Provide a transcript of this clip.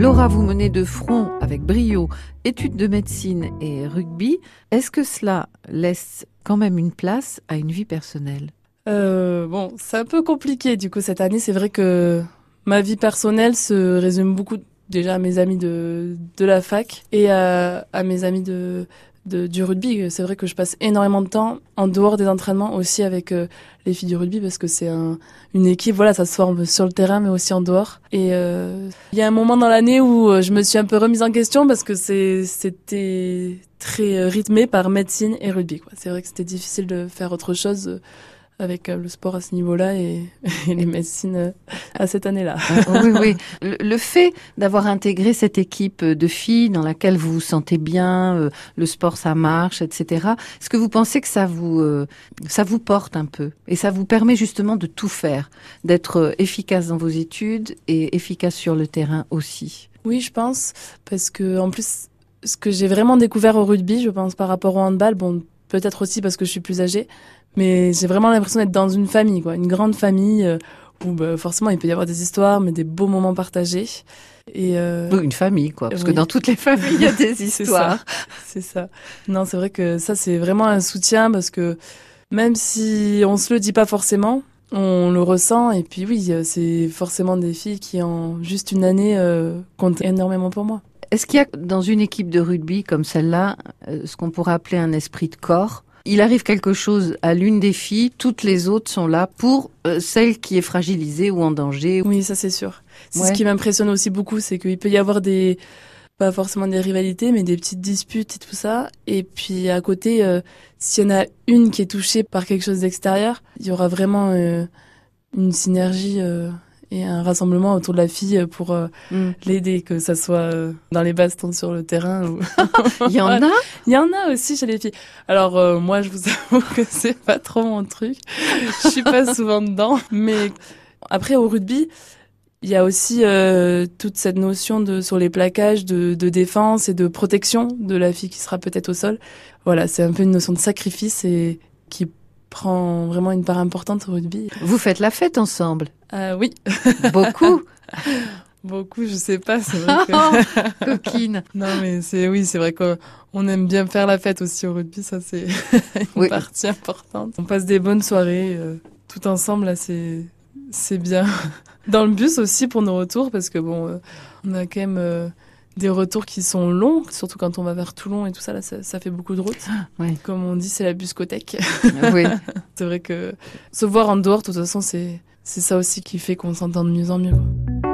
Laura, vous menez de front avec brio études de médecine et rugby. Est-ce que cela laisse quand même une place à une vie personnelle ? Bon, c'est un peu compliqué du coup cette année. C'est vrai que ma vie personnelle se résume beaucoup déjà à mes amis de la fac et à mes amis du rugby. C'est vrai que je passe énormément de temps en dehors des entraînements aussi avec les filles du rugby parce que c'est une équipe, voilà, ça se forme sur le terrain mais aussi en dehors. Et il y a un moment dans l'année où je me suis un peu remise en question parce que c'était très rythmé par médecine et rugby, quoi. C'est vrai que c'était difficile de faire autre chose avec le sport à ce niveau-là et les médecines à cette année-là. Oui. Le fait d'avoir intégré cette équipe de filles dans laquelle vous vous sentez bien, le sport ça marche, etc. Est-ce que vous pensez que ça vous porte un peu et ça vous permet justement de tout faire, d'être efficace dans vos études et efficace sur le terrain aussi ? Oui, je pense, parce que en plus, ce que j'ai vraiment découvert au rugby, je pense par rapport au handball, bon, peut-être aussi parce que je suis plus âgée, mais j'ai vraiment l'impression d'être dans une famille, quoi, une grande famille où forcément il peut y avoir des histoires, mais des beaux moments partagés. Et une famille, quoi, parce oui. que dans toutes les familles il y a des histoires. C'est ça. Non, c'est vrai que ça c'est vraiment un soutien parce que même si on se le dit pas forcément, on le ressent. Et puis oui, c'est forcément des filles qui en juste une année comptent énormément pour moi. Est-ce qu'il y a dans une équipe de rugby comme celle-là ce qu'on pourrait appeler un esprit de corps ? Il arrive quelque chose à l'une des filles, toutes les autres sont là pour celle qui est fragilisée ou en danger. Oui, ça c'est sûr. C'est ce qui m'impressionne aussi beaucoup, c'est qu'il peut y avoir pas forcément des rivalités, mais des petites disputes et tout ça. Et puis à côté, s'il y en a une qui est touchée par quelque chose d'extérieur, il y aura vraiment une synergie et un rassemblement autour de la fille pour l'aider, que ça soit dans les bastons sur le terrain. Ou... Il y en a ? Il y en a aussi chez les filles. Alors moi, je vous avoue que c'est pas trop mon truc. Je suis pas souvent dedans. Mais après, au rugby, il y a aussi toute cette notion sur les plaquages de défense et de protection de la fille qui sera peut-être au sol. Voilà, c'est un peu une notion de sacrifice et qui prend vraiment une part importante au rugby. Vous faites la fête ensemble ? Oui. Beaucoup. Beaucoup, je sais pas, c'est vrai que... Coquine. Non, mais c'est vrai qu'on aime bien faire la fête aussi au rugby, ça c'est une partie importante. On passe des bonnes soirées tout ensemble, là, c'est bien. Dans le bus aussi pour nos retours, parce que bon, on a quand même des retours qui sont longs, surtout quand on va vers Toulon et tout ça, là, ça fait beaucoup de route. Oui. Comme on dit, c'est la buscothèque. Oui. C'est vrai que se voir en dehors, de toute façon, c'est ça aussi qui fait qu'on s'entend de mieux en mieux, quoi.